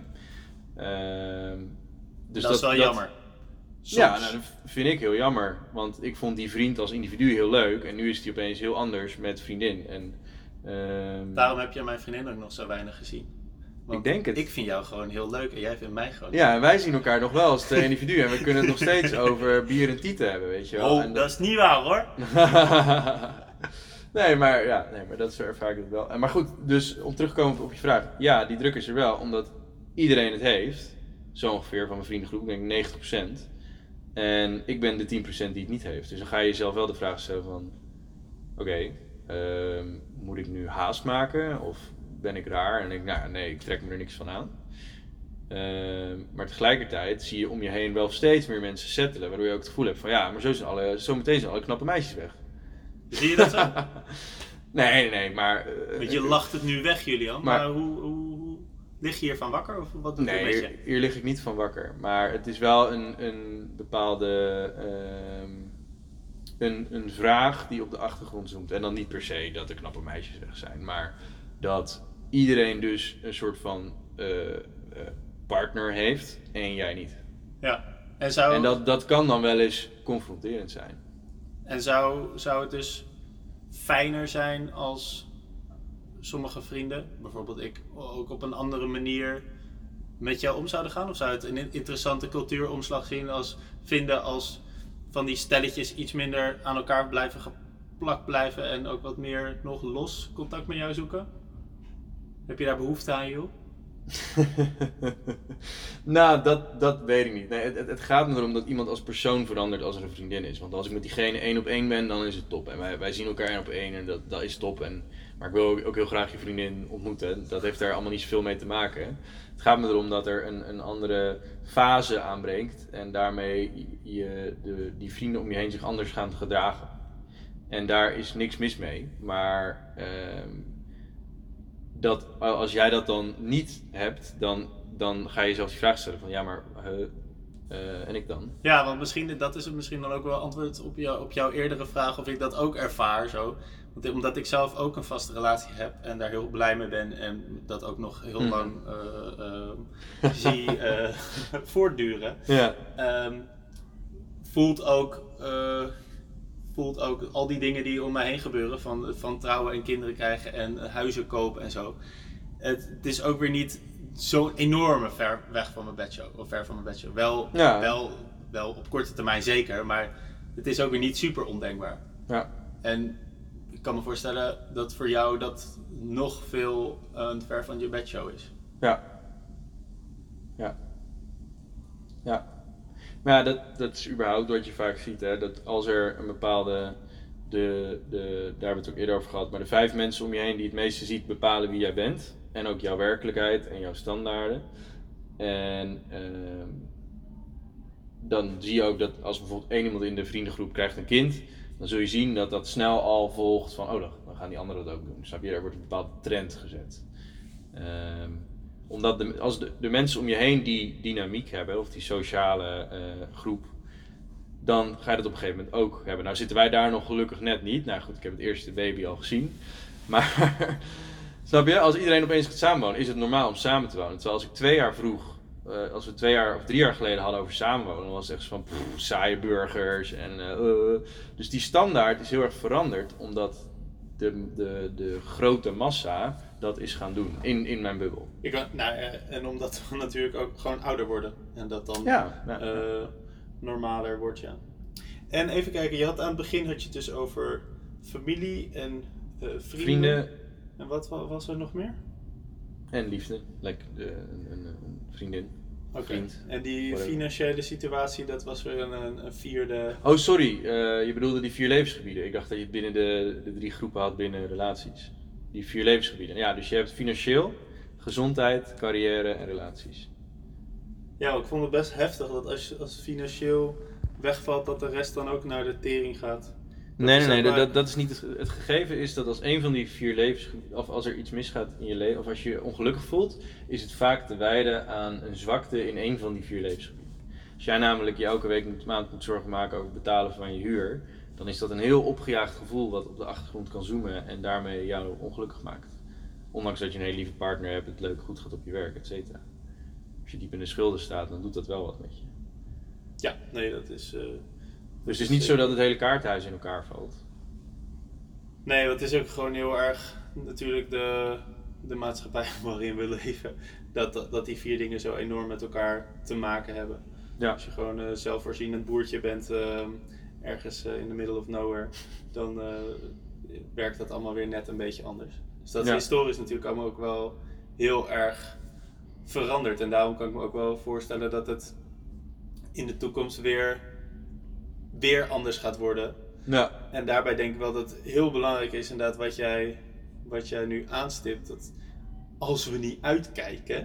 Dus dat is wel jammer. Soms. Ja, nou, dat vind ik heel jammer. Want ik vond die vriend als individu heel leuk. En nu is die opeens heel anders met vriendin. En, Daarom heb je mijn vriendin ook nog zo weinig gezien. Want ik denk het. Ik vind jou gewoon heel leuk en jij vindt mij gewoon Ja, en wij zien elkaar nog wel als twee individuen. En we kunnen het nog steeds over bier en tieten hebben, weet je wel. Oh, En dat is niet waar hoor. nee, maar dat zo ervaar ik het wel. Maar goed, dus om terug te komen op je vraag. Ja, die druk is er wel, omdat iedereen het heeft. Zo ongeveer van mijn vriendengroep, ik denk 90%. En ik ben de 10% die het niet heeft. Dus dan ga je jezelf wel de vraag stellen van... Oké, moet ik nu haast maken? Of ben ik raar? En denk ik, nou nee, ik trek me er niks van aan. Maar tegelijkertijd zie je om je heen wel steeds meer mensen settelen. Waardoor je ook het gevoel hebt van ja, maar zo meteen zijn alle knappe meisjes weg. Zie je dat zo? Nee, maar... Want je lacht het nu weg, Julian. Maar hoe lig je hiervan wakker? Of wat doet het met je? Nee, hier lig ik niet van wakker. Maar het is wel een bepaalde... Een vraag die op de achtergrond zoomt. En dan niet per se dat er knappe meisjes weg zijn. Maar dat iedereen dus een soort van partner heeft en jij niet. Ja. En dat kan dan wel eens confronterend zijn. En zou het dus fijner zijn als sommige vrienden, bijvoorbeeld ik, ook op een andere manier met jou om zouden gaan? Of zou het een interessante cultuuromslag vinden als van die stelletjes iets minder aan elkaar geplakt blijven en ook wat meer nog los contact met jou zoeken? Heb je daar behoefte aan, joh? Nou, dat weet ik niet. Nee, het gaat me erom dat iemand als persoon verandert als er een vriendin is. Want als ik met diegene 1 op 1 ben, dan is het top. En wij zien elkaar 1 op 1 en dat is top. Maar ik wil ook heel graag je vriendin ontmoeten. Dat heeft daar allemaal niet zoveel mee te maken. Het gaat me erom dat er een andere fase aanbreekt. En daarmee die vrienden om je heen zich anders gaan gedragen. En daar is niks mis mee. Maar... als jij dat dan niet hebt, dan ga je jezelf die vraag stellen van ja, maar en ik dan? Ja, want dat is misschien dan ook wel antwoord op jouw eerdere vraag of ik dat ook ervaar zo. Want omdat ik zelf ook een vaste relatie heb en daar heel blij mee ben en dat ook nog heel lang zie voortduren, Ja. voelt ook al die dingen die om mij heen gebeuren, van trouwen en kinderen krijgen en huizen kopen en zo. Het is ook weer niet zo'n enorme ver weg van mijn bedshow. Of ver van mijn bedshow. Wel op korte termijn zeker, maar het is ook weer niet super ondenkbaar. Ja. En ik kan me voorstellen dat voor jou dat nog veel ver van je bedshow is. Ja. Maar ja, dat is überhaupt wat je vaak ziet, hè? Dat als er een bepaalde, daar hebben we het ook eerder over gehad, maar de 5 mensen om je heen die het meeste ziet bepalen wie jij bent. En ook jouw werkelijkheid en jouw standaarden. En dan zie je ook dat als bijvoorbeeld 1 iemand in de vriendengroep krijgt een kind, dan zul je zien dat snel al volgt van, dan gaan die anderen dat ook doen. Snap je? Er wordt een bepaalde trend gezet. Omdat als de mensen om je heen die dynamiek hebben, of die sociale groep, dan ga je dat op een gegeven moment ook hebben. Nou zitten wij daar nog gelukkig net niet. Nou goed, ik heb het eerste baby al gezien. Maar, snap je, als iedereen opeens gaat samenwonen, is het normaal om samen te wonen. Terwijl als ik 2 jaar vroeg, als we 2 jaar of 3 jaar geleden hadden over samenwonen, dan was het echt van saaie burgers. Dus die standaard is heel erg veranderd, omdat de grote massa dat is gaan doen in mijn bubbel. En omdat we natuurlijk ook gewoon ouder worden. En dat dan normaler wordt, ja. En even kijken, aan het begin had je het dus over familie en vrienden. En wat was er nog meer? En liefde, een vriendin. Oké. En die financiële situatie, dat was weer een vierde... Oh, sorry. Je bedoelde die 4 levensgebieden. Ik dacht dat je het binnen de 3 groepen had binnen relaties. Die 4 levensgebieden. Ja, dus je hebt financieel, gezondheid, carrière en relaties. Ja, ik vond het best heftig dat als financieel wegvalt, dat de rest dan ook naar de tering gaat. Nee, dat is niet het gegeven is dat als een van die 4 levensgebieden, of als er iets misgaat in je leven, of als je je ongelukkig voelt, is het vaak te wijden aan een zwakte in een van die 4 levensgebieden. Als jij namelijk je elke maand moet zorgen maken over het betalen van je huur, dan is dat een heel opgejaagd gevoel wat op de achtergrond kan zoomen en daarmee jou ongelukkig maakt. Ondanks dat je een hele lieve partner hebt, het leuk goed gaat op je werk, et cetera. Als je diep in de schulden staat, dan doet dat wel wat met je. Ja, nee, dat is... Dus het is niet zo dat het hele kaartenhuis in elkaar valt. Nee, want het is ook gewoon heel erg natuurlijk de maatschappij waarin we leven. Dat die 4 dingen zo enorm met elkaar te maken hebben. Ja. Als je gewoon een zelfvoorzienend boertje bent ergens in the middle of nowhere, dan werkt dat allemaal weer net een beetje anders. Dus dat is historisch natuurlijk allemaal ook wel heel erg veranderd. En daarom kan ik me ook wel voorstellen dat het in de toekomst weer anders gaat worden. Ja. En daarbij denk ik wel dat het heel belangrijk is inderdaad wat jij nu aanstipt. Dat als we niet uitkijken,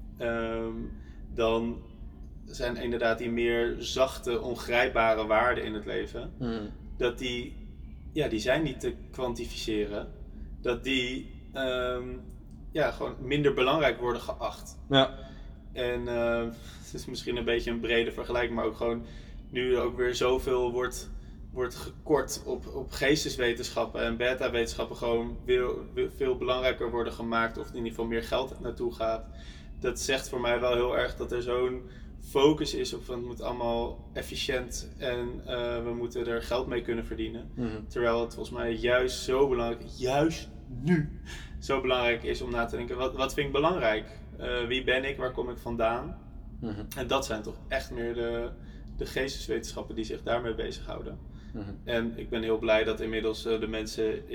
dan zijn inderdaad die meer zachte, ongrijpbare waarden in het leven. Dat die zijn niet te kwantificeren. Dat die gewoon minder belangrijk worden geacht. Ja. En het is misschien een beetje een brede vergelijking, maar ook gewoon nu er ook weer zoveel wordt gekort op geesteswetenschappen en beta-wetenschappen gewoon veel belangrijker worden gemaakt, of in ieder geval meer geld naartoe gaat. Dat zegt voor mij wel heel erg dat er zo'n focus is op van het moet allemaal efficiënt en we moeten er geld mee kunnen verdienen. Terwijl het volgens mij juist zo belangrijk, juist nu, zo belangrijk is om na te denken, wat vind ik belangrijk? Wie ben ik? Waar kom ik vandaan? En dat zijn toch echt meer de geesteswetenschappen die zich daarmee bezighouden. En ik ben heel blij dat inmiddels de mensen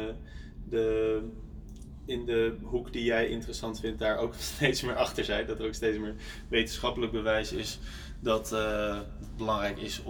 in de hoek die jij interessant vindt daar ook steeds meer achter zijn. Dat er ook steeds meer wetenschappelijk bewijs is dat het belangrijk is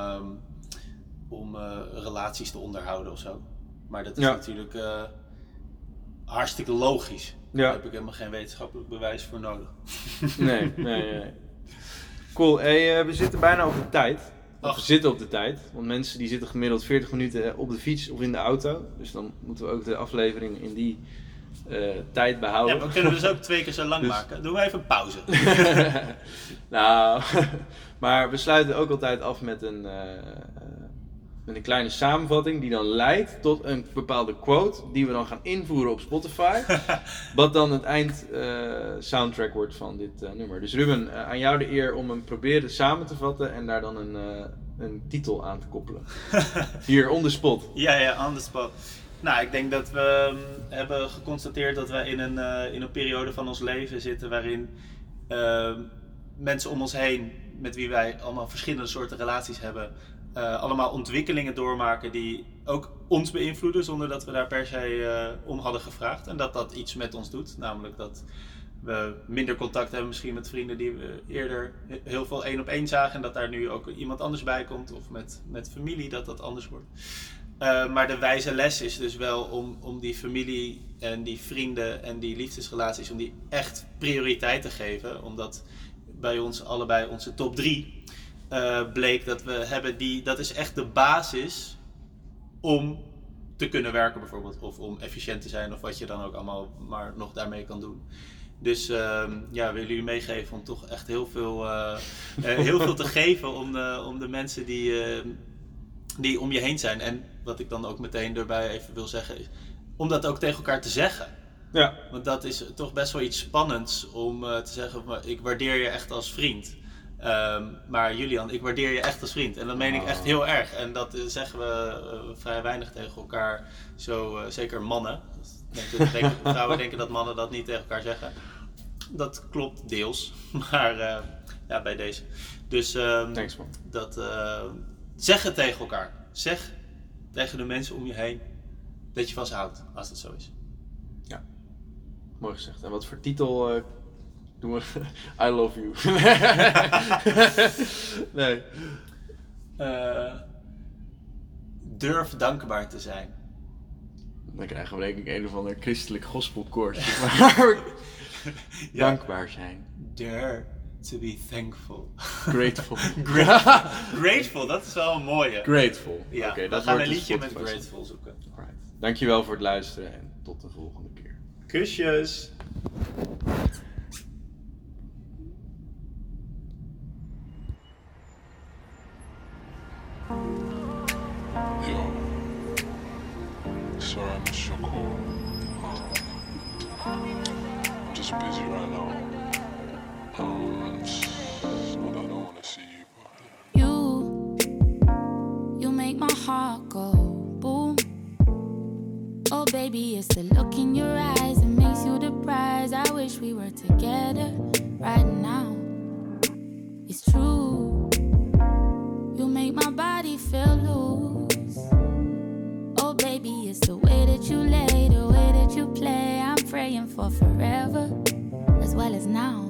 om relaties te onderhouden of zo. Maar dat is natuurlijk hartstikke logisch. Ja. Daar heb ik helemaal geen wetenschappelijk bewijs voor nodig. Nee. Cool, hey, we zitten bijna op de tijd. We zitten op de tijd, want mensen die zitten gemiddeld 40 minuten op de fiets of in de auto. Dus dan moeten we ook de aflevering in die tijd behouden. Ja, maar we kunnen dus ook 2 keer zo lang maken. Doen we even een pauze. Nou, maar we sluiten ook altijd af met een kleine samenvatting die dan leidt tot een bepaalde quote die we dan gaan invoeren op Spotify. Wat dan het eind soundtrack wordt van dit nummer. Dus Ruben, aan jou de eer om hem proberen samen te vatten en daar dan een titel aan te koppelen. Hier, on the spot. Ja, on the spot. Nou, ik denk dat we hebben geconstateerd dat wij in een periode van ons leven zitten waarin mensen om ons heen, met wie wij allemaal verschillende soorten relaties hebben, allemaal ontwikkelingen doormaken die ook ons beïnvloeden zonder dat we daar per se om hadden gevraagd. En dat iets met ons doet, namelijk dat we minder contact hebben misschien met vrienden die we eerder heel veel 1-op-1 zagen en dat daar nu ook iemand anders bij komt of met familie dat anders wordt. Maar de wijze les is dus wel om die familie en die vrienden en die liefdesrelaties, om die echt prioriteit te geven. Omdat bij ons allebei onze top 3 bleek dat we hebben dat is echt de basis om te kunnen werken bijvoorbeeld. Of om efficiënt te zijn of wat je dan ook allemaal maar nog daarmee kan doen. Dus willen jullie meegeven om toch echt heel veel te geven om de mensen die om je heen zijn. En wat ik dan ook meteen erbij even wil zeggen is, om dat ook tegen elkaar te zeggen. Ja. Want dat is toch best wel iets spannends om te zeggen, ik waardeer je echt als vriend. Maar Julian, ik waardeer je echt als vriend. En dat meen ik echt heel erg. En dat zeggen we vrij weinig tegen elkaar. Zo, zeker mannen. Vrouwen denken dat mannen dat niet tegen elkaar zeggen. Dat klopt deels. Maar bij deze. Dus Thanks, man. zeg het tegen elkaar. Zeg tegen de mensen om je heen dat je van ze houdt, als dat zo is. Ja, mooi gezegd. En wat voor titel doen we? I love you. Nee. Durf dankbaar te zijn. Dan krijgen we denk ik een of ander christelijk gospelkoortje. Maar dankbaar zijn. To be thankful. Grateful. Grateful, dat is wel een mooie. Grateful. Ja, Oké, we dat gaan wordt een de liedje met Spotify song. Grateful zoeken. Alright. Dankjewel voor het luisteren en tot de volgende keer. Kusjes! Yo, sorry I missed your call. I'm just busy right now. Not that I don't wanna see you, but You make my heart go boom. Oh baby, it's the look in your eyes that makes you the prize. I wish we were together right now. It's true. You make my body feel loose. Oh baby, it's the way that you lay, the way that you play. I'm praying for forever as well as now.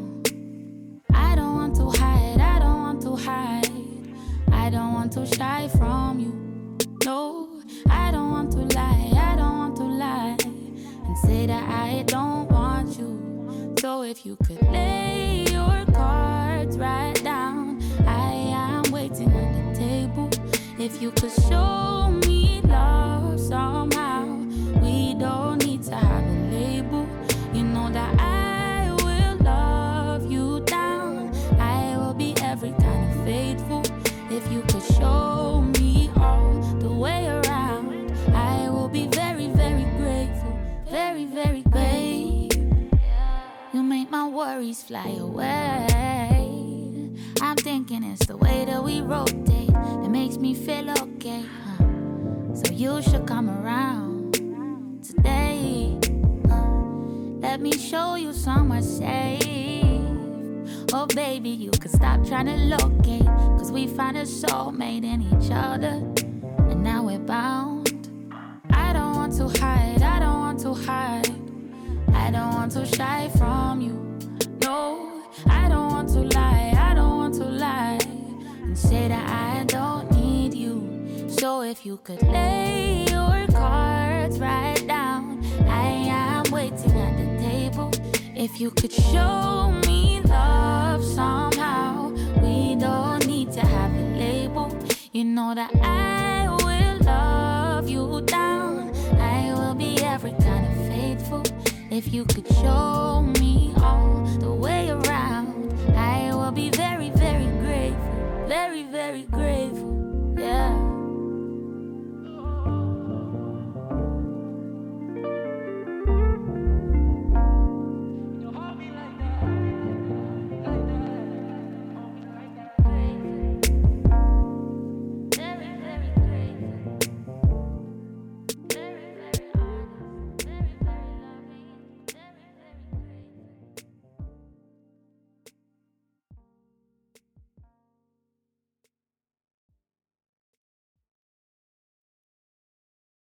I don't want to hide, I don't want to hide. I don't want to shy from you. No, I don't want to lie, I don't want to lie and say that I don't want you. So if you could lay your cards right down, I am waiting at the table. If you could show me love somehow, we don't need to have a label. You know that I will love you down. I will be every kind of faithful. If you could show me all the way around, I will be very, very grateful. Very, very grateful. You make my worries fly away. I'm thinking it's the way that we rotate that makes me feel okay, huh? So you should come around today. Let me show you somewhere safe. Oh baby, you can stop trying to locate, cause we found a soulmate in each other, and now we're bound. I don't want to hide, I don't want to hide. I don't want to shy from you. No, I don't want to lie, I don't want to lie and say that I don't need you. So if you could lay your cards right down, I am waiting at the table. If you could show me love somehow, we don't need to have a label. You know that I will love you down. I will be every kind of faithful. If you could show me